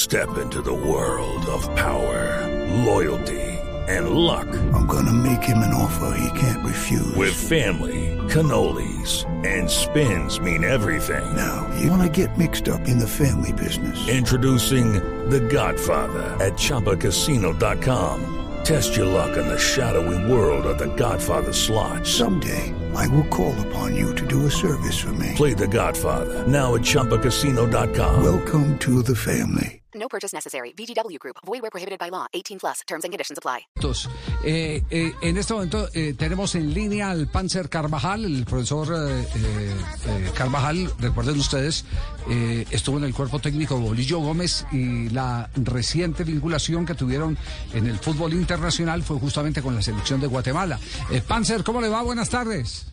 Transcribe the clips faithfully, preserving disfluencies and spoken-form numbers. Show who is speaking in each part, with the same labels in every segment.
Speaker 1: Step into the world of power, loyalty, and luck.
Speaker 2: I'm gonna make him an offer he can't refuse.
Speaker 1: With family, cannolis, and spins mean everything.
Speaker 2: Now, you wanna get mixed up in the family business.
Speaker 1: Introducing The Godfather at Chumba Casino dot com. Test your luck in the shadowy world of The Godfather slot.
Speaker 2: Someday, I will call upon you to do a service for me.
Speaker 1: Play The Godfather now at Chumba Casino dot com.
Speaker 2: Welcome to the family.
Speaker 3: No purchase necessary. V G W Group. Void where prohibited by law. eighteen plus. Terms and conditions apply.
Speaker 4: Eh, eh, en este momento eh, tenemos en línea al Panzer Carvajal, el profesor eh, eh, Carvajal. Recuerden ustedes, eh, estuvo en el cuerpo técnico de Bolillo Gómez y la reciente vinculación que tuvieron en el fútbol internacional fue justamente con la selección de Guatemala. Eh, Panzer, ¿cómo le va? Buenas tardes.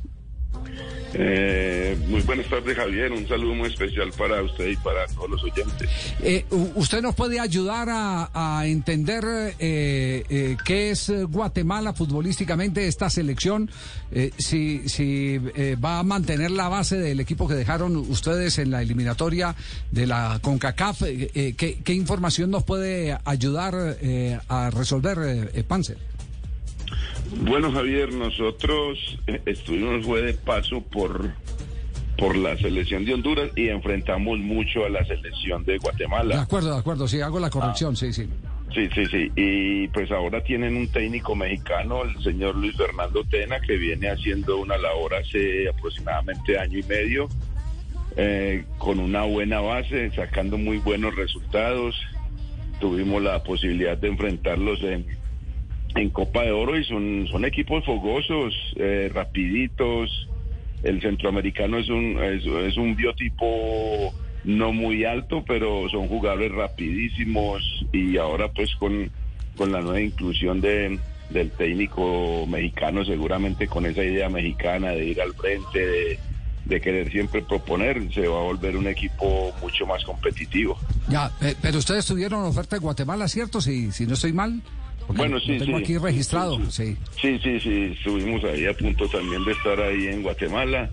Speaker 5: Eh, muy buenas tardes, Javier. Un saludo muy especial para usted y para todos los oyentes.
Speaker 4: Eh, ¿Usted nos puede ayudar a, a entender eh, eh, qué es Guatemala futbolísticamente, esta selección? Eh, si si eh, va a mantener la base del equipo que dejaron ustedes en la eliminatoria de la CONCACAF. Eh, eh, ¿qué, ¿Qué información nos puede ayudar eh, a resolver, eh, Panzer?
Speaker 5: Bueno, Javier, nosotros estuvimos fue de paso por por la selección de Honduras y enfrentamos mucho a la selección de Guatemala.
Speaker 4: De acuerdo, de acuerdo, sí, hago la corrección, ah, sí, sí.
Speaker 5: Sí, sí, sí, y pues ahora tienen un técnico mexicano, el señor Luis Fernando Tena, que viene haciendo una labor hace aproximadamente año y medio, eh, con una buena base, sacando muy buenos resultados. Tuvimos la posibilidad de enfrentarlos en en Copa de Oro y son, son equipos fogosos, eh, rapiditos. El centroamericano es un, es, es un biotipo no muy alto, pero son jugadores rapidísimos, y ahora pues con, con la nueva inclusión de, del técnico mexicano, seguramente con esa idea mexicana de ir al frente, de, de querer siempre proponer, se va a volver un equipo mucho más competitivo.
Speaker 4: Ya, eh, pero ustedes tuvieron oferta de Guatemala, ¿cierto? Si, si no estoy mal. Porque
Speaker 5: bueno, sí,
Speaker 4: lo tengo
Speaker 5: sí.
Speaker 4: aquí registrado,
Speaker 5: sí.
Speaker 4: Sí,
Speaker 5: sí, sí, sí, estuvimos ahí a punto también de estar ahí en Guatemala,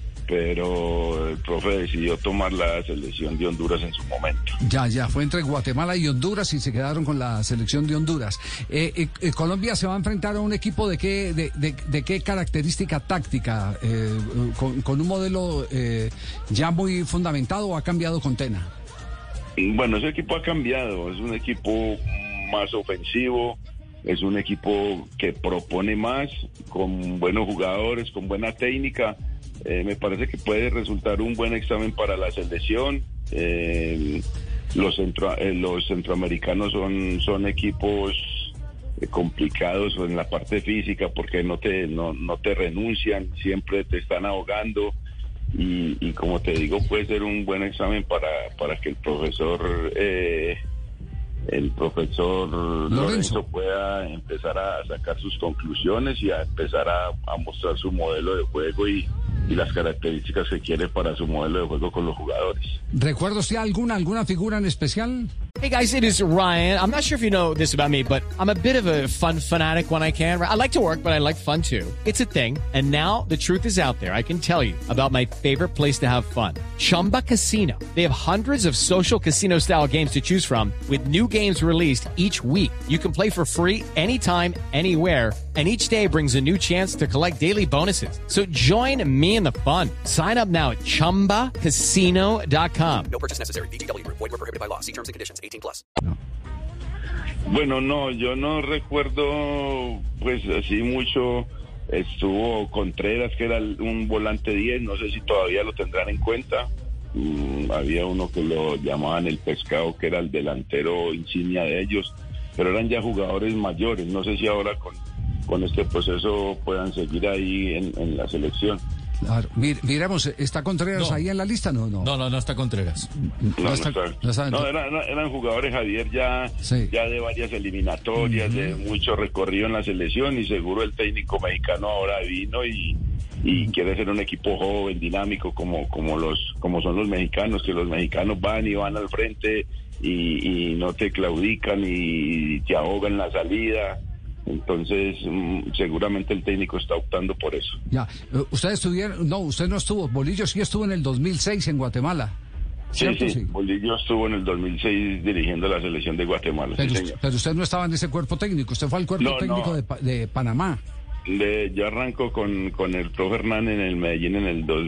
Speaker 5: pero el profe decidió tomar la selección de Honduras en su momento.
Speaker 4: Ya, ya, fue entre Guatemala y Honduras y se quedaron con la selección de Honduras. Eh, eh, Colombia se va a enfrentar a un equipo de qué, de, de, de qué característica táctica, eh, con, con un modelo eh, ya muy fundamentado, ¿o ha cambiado con Tena?
Speaker 5: Bueno, ese equipo ha cambiado, es un equipo más ofensivo, es un equipo que propone más, con buenos jugadores, con buena técnica. Eh, me parece que puede resultar un buen examen para la selección. Eh, los, centro, eh, los centroamericanos son, son equipos eh, complicados en la parte física, porque no te, no, no te renuncian, siempre te están ahogando. Y, y como te digo, puede ser un buen examen para, para que el profesor... Eh, el profesor Lorenzo. Lorenzo pueda empezar a sacar sus conclusiones y a empezar a, a mostrar su modelo de juego y, y las características que quiere para su modelo de juego con los jugadores.
Speaker 4: ¿Recuerda usted alguna, alguna figura en especial?
Speaker 6: Hey guys, it is Ryan. I'm not sure if you know this about me, but I'm a bit of a fun fanatic when I can. I like to work, but I like fun too. It's a thing. And now the truth is out there. I can tell you about my favorite place to have fun. Chumba Casino. They have hundreds of social casino style games to choose from, with new games released each week. You can play for free anytime, anywhere. And each day brings a new chance to collect daily bonuses. So join me in the fun. Sign up now at chumba casino dot com.
Speaker 3: No purchase necessary. V G W Group. Void where prohibited by law. See terms and conditions. eighteen plus.
Speaker 4: No.
Speaker 5: Bueno, no, yo no recuerdo pues así mucho. Estuvo Contreras, que era un volante diez, no sé si todavía lo tendrán en cuenta. Mm, había uno que lo llamaban el Pescado, que era el delantero insignia de ellos, pero eran ya jugadores mayores. No sé si ahora con, con este proceso puedan seguir ahí en, en la selección.
Speaker 4: Claro. Mir, miremos, ¿está Contreras
Speaker 7: no.
Speaker 4: ahí en la lista? No, no.
Speaker 7: No, no, no está Contreras.
Speaker 5: No, no, está, no, está, no, está no eran, eran jugadores, Javier, ya, sí. ya de varias eliminatorias, uh-huh. de mucho recorrido en la selección, y seguro el técnico mexicano ahora vino y, y uh-huh. quiere ser un equipo joven, dinámico, como, como, los, como son los mexicanos, que los mexicanos van y van al frente y, y no te claudican y te ahogan la salida. Entonces, um, seguramente el técnico está optando por eso.
Speaker 4: Ya, ustedes estuvieron, no, usted no estuvo, Bolillo sí estuvo en el dos mil seis en Guatemala.
Speaker 5: Sí,
Speaker 4: ¿cierto?
Speaker 5: sí,
Speaker 4: Sí.
Speaker 5: Bolillo estuvo en el dos mil seis dirigiendo la selección de Guatemala.
Speaker 4: Pero,
Speaker 5: sí,
Speaker 4: usted,
Speaker 5: señor.
Speaker 4: pero usted no estaba en ese cuerpo técnico, usted fue al cuerpo
Speaker 5: No,
Speaker 4: técnico
Speaker 5: no.
Speaker 4: De, Pa- de Panamá.
Speaker 5: De, yo arranco con, con el profe Hernán en el Medellín en el dos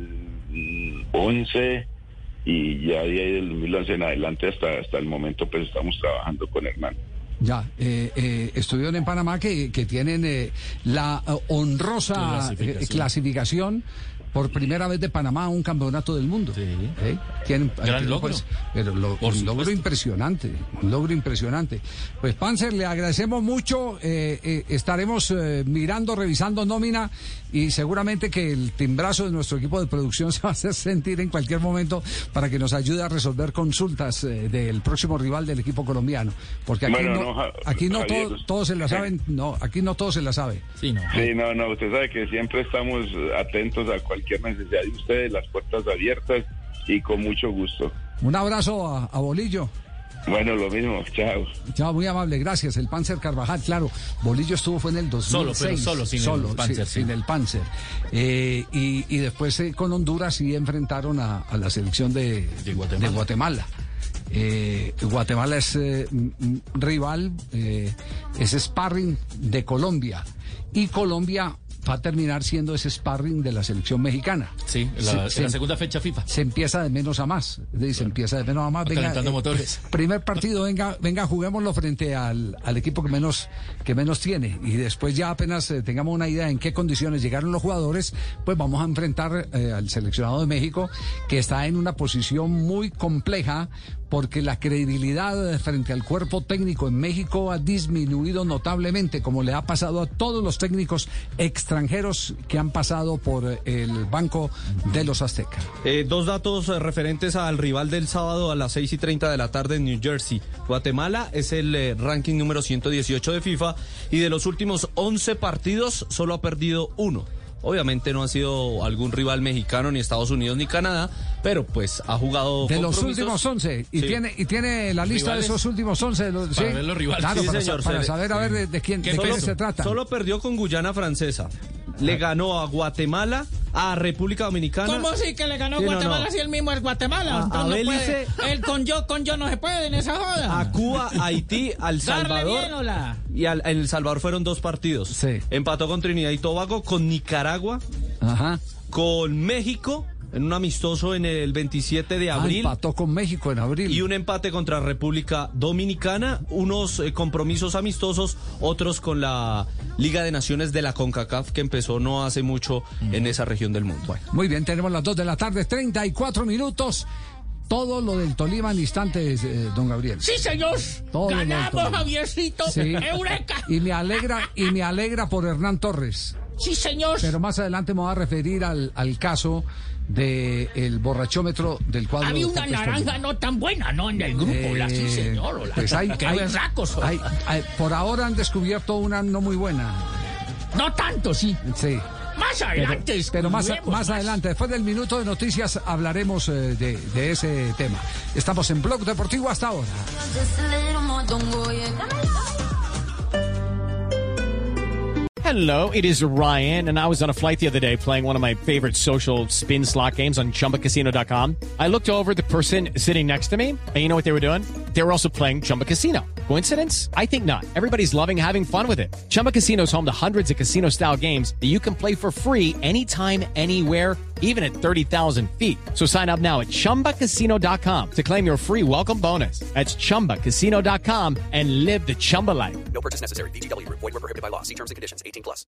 Speaker 5: mil once y ya de ahí del dos mil once en adelante hasta, hasta el momento pues estamos trabajando con Hernán.
Speaker 4: Ya, eh, eh, estuvieron en Panamá que, que tienen eh, la eh, honrosa
Speaker 7: Clasificación.
Speaker 4: eh, clasificación por primera vez de Panamá a un campeonato del mundo.
Speaker 7: Sí.
Speaker 4: ¿Eh? Tienen,
Speaker 7: Gran
Speaker 4: tienen,
Speaker 7: logro.
Speaker 4: pues, pero lo-
Speaker 7: Por
Speaker 4: un logro
Speaker 7: supuesto.
Speaker 4: impresionante, un logro impresionante. Pues Panzer, le agradecemos mucho, eh, eh, estaremos eh, mirando, revisando nómina y seguramente que el timbrazo de nuestro equipo de producción se va a hacer sentir en cualquier momento para que nos ayude a resolver consultas eh, del próximo rival del equipo colombiano. Porque aquí
Speaker 5: Bueno,
Speaker 4: no,
Speaker 5: no, Ja-
Speaker 4: aquí no
Speaker 5: Javier,
Speaker 4: todo- todos se la saben, no, aquí no todos se la sabe.
Speaker 7: Sí, no.
Speaker 5: Sí, no, no, usted sabe que siempre estamos atentos a cualquier necesidad de ustedes, las puertas abiertas y con mucho gusto.
Speaker 4: Un abrazo a, a Bolillo.
Speaker 5: Bueno, lo mismo, chao.
Speaker 4: Chao, muy amable, gracias. El Panzer Carvajal, claro. Bolillo estuvo fue en el dos mil seis.
Speaker 7: Solo, pero solo, sin el
Speaker 4: Solo,
Speaker 7: Panzer,
Speaker 4: sí,
Speaker 7: sí.
Speaker 4: sin el Panzer. Eh, y, y después eh, con Honduras sí enfrentaron a, a la selección de,
Speaker 7: De Guatemala.
Speaker 4: de Guatemala. Eh, Guatemala es eh, m- m- rival, eh, es sparring de Colombia. Y Colombia va a terminar siendo ese sparring de la selección mexicana.
Speaker 7: Sí, la,
Speaker 4: Se-
Speaker 7: en
Speaker 4: se-
Speaker 7: la segunda fecha FIFA.
Speaker 4: se empieza de menos a más. Es decir, se empieza de menos a más.
Speaker 7: Va calentando motores.
Speaker 4: Primer partido, venga, venga, juguémoslo frente al, al equipo que menos, que menos tiene. Y después ya apenas eh, tengamos una idea en qué condiciones llegaron los jugadores, pues vamos a enfrentar eh, al seleccionado de México, que está en una posición muy compleja, porque la credibilidad frente al cuerpo técnico en México ha disminuido notablemente, como le ha pasado a todos los técnicos extranjeros que han pasado por eh, el banco de los Aztecas.
Speaker 8: Eh, dos datos eh, referentes al rival del sábado a las seis y treinta de la tarde en New Jersey. Guatemala es el eh, ranking número ciento dieciocho de FIFA y de los últimos once partidos solo ha perdido uno. Obviamente no ha sido algún rival mexicano, ni Estados Unidos, ni Canadá, pero pues ha jugado
Speaker 4: De los
Speaker 8: compromisos.
Speaker 4: últimos once. Y,
Speaker 8: Sí.
Speaker 4: tiene, y tiene la lista
Speaker 7: ¿Rivales?
Speaker 4: de esos últimos once. De los,
Speaker 7: Para
Speaker 4: sí.
Speaker 7: ver los rivales.
Speaker 4: Claro,
Speaker 8: Sí,
Speaker 4: para,
Speaker 8: señor,
Speaker 4: sa- para
Speaker 8: se le-
Speaker 4: saber a ver de, de quién,
Speaker 7: ¿Qué
Speaker 4: de
Speaker 7: solo-
Speaker 4: quién se trata.
Speaker 8: Solo perdió con Guyana Francesa. Le ganó a Guatemala, a República Dominicana.
Speaker 9: ¿Cómo sí que le ganó
Speaker 8: Sí, no,
Speaker 9: Guatemala
Speaker 8: no.
Speaker 9: si el mismo es Guatemala?
Speaker 8: A-
Speaker 9: Entonces
Speaker 8: a
Speaker 9: no
Speaker 8: Belice.
Speaker 9: puede. Él con yo, con yo no se puede en esa joda.
Speaker 8: A Cuba, a Haití, al
Speaker 9: Darle
Speaker 8: Salvador.
Speaker 9: bien, hola.
Speaker 8: Y al, en El Salvador fueron dos partidos.
Speaker 4: Sí.
Speaker 8: Empató con Trinidad y Tobago, con Nicaragua,
Speaker 4: Ajá.
Speaker 8: con México, en un amistoso en el veintisiete de
Speaker 4: Ah,
Speaker 8: abril.
Speaker 4: empató con México en abril.
Speaker 8: Y un empate contra República Dominicana, unos eh, compromisos amistosos, otros con la Liga de Naciones de la CONCACAF, que empezó no hace mucho en esa región del mundo.
Speaker 4: Muy bien, tenemos las dos de la tarde, treinta y cuatro minutos. Todo lo del Tolima en instantes, eh, don Gabriel.
Speaker 9: Sí, señor.
Speaker 4: Todo lo del
Speaker 9: Ganamos,
Speaker 4: Tolima.
Speaker 9: Javiercito.
Speaker 4: Sí.
Speaker 9: Eureka.
Speaker 4: Y me alegra, y me alegra por Hernán Torres.
Speaker 9: Sí, señor.
Speaker 4: Pero más adelante me voy a referir al, al caso del el borrachómetro del cuadro.
Speaker 9: Había
Speaker 4: de
Speaker 9: una
Speaker 4: Deportes
Speaker 9: naranja
Speaker 4: Tolima.
Speaker 9: no tan buena, ¿no? En el grupo, la sí,
Speaker 4: Eh,
Speaker 9: señor. hola.
Speaker 4: Pues hay,
Speaker 9: Qué
Speaker 4: hay-
Speaker 9: berracos.
Speaker 4: hay- hay- por ahora han descubierto una no muy buena.
Speaker 9: No tanto, sí.
Speaker 4: Sí.
Speaker 9: Más
Speaker 4: Pero,
Speaker 9: adelante.
Speaker 4: pero más,
Speaker 9: descubriremos
Speaker 4: más adelante, después del minuto de noticias, hablaremos eh, de, de ese tema. Estamos en Blog Deportivo hasta ahora.
Speaker 6: Hello, it is Ryan, and I was on a flight the other day playing one of my favorite social spin slot games on Chumba Casino dot com. I looked over at the person sitting next to me, and you know what they were doing? They were also playing Chumba Casino. Coincidence? I think not. Everybody's loving having fun with it. Chumba Casino is home to hundreds of casino-style games that you can play for free anytime, anywhere, even at thirty thousand feet. So sign up now at Chumba Casino dot com to claim your free welcome bonus. That's Chumba Casino dot com and live the Chumba life.
Speaker 3: No purchase necessary. V G W. Void where prohibited by law. See terms and conditions. eighteen plus.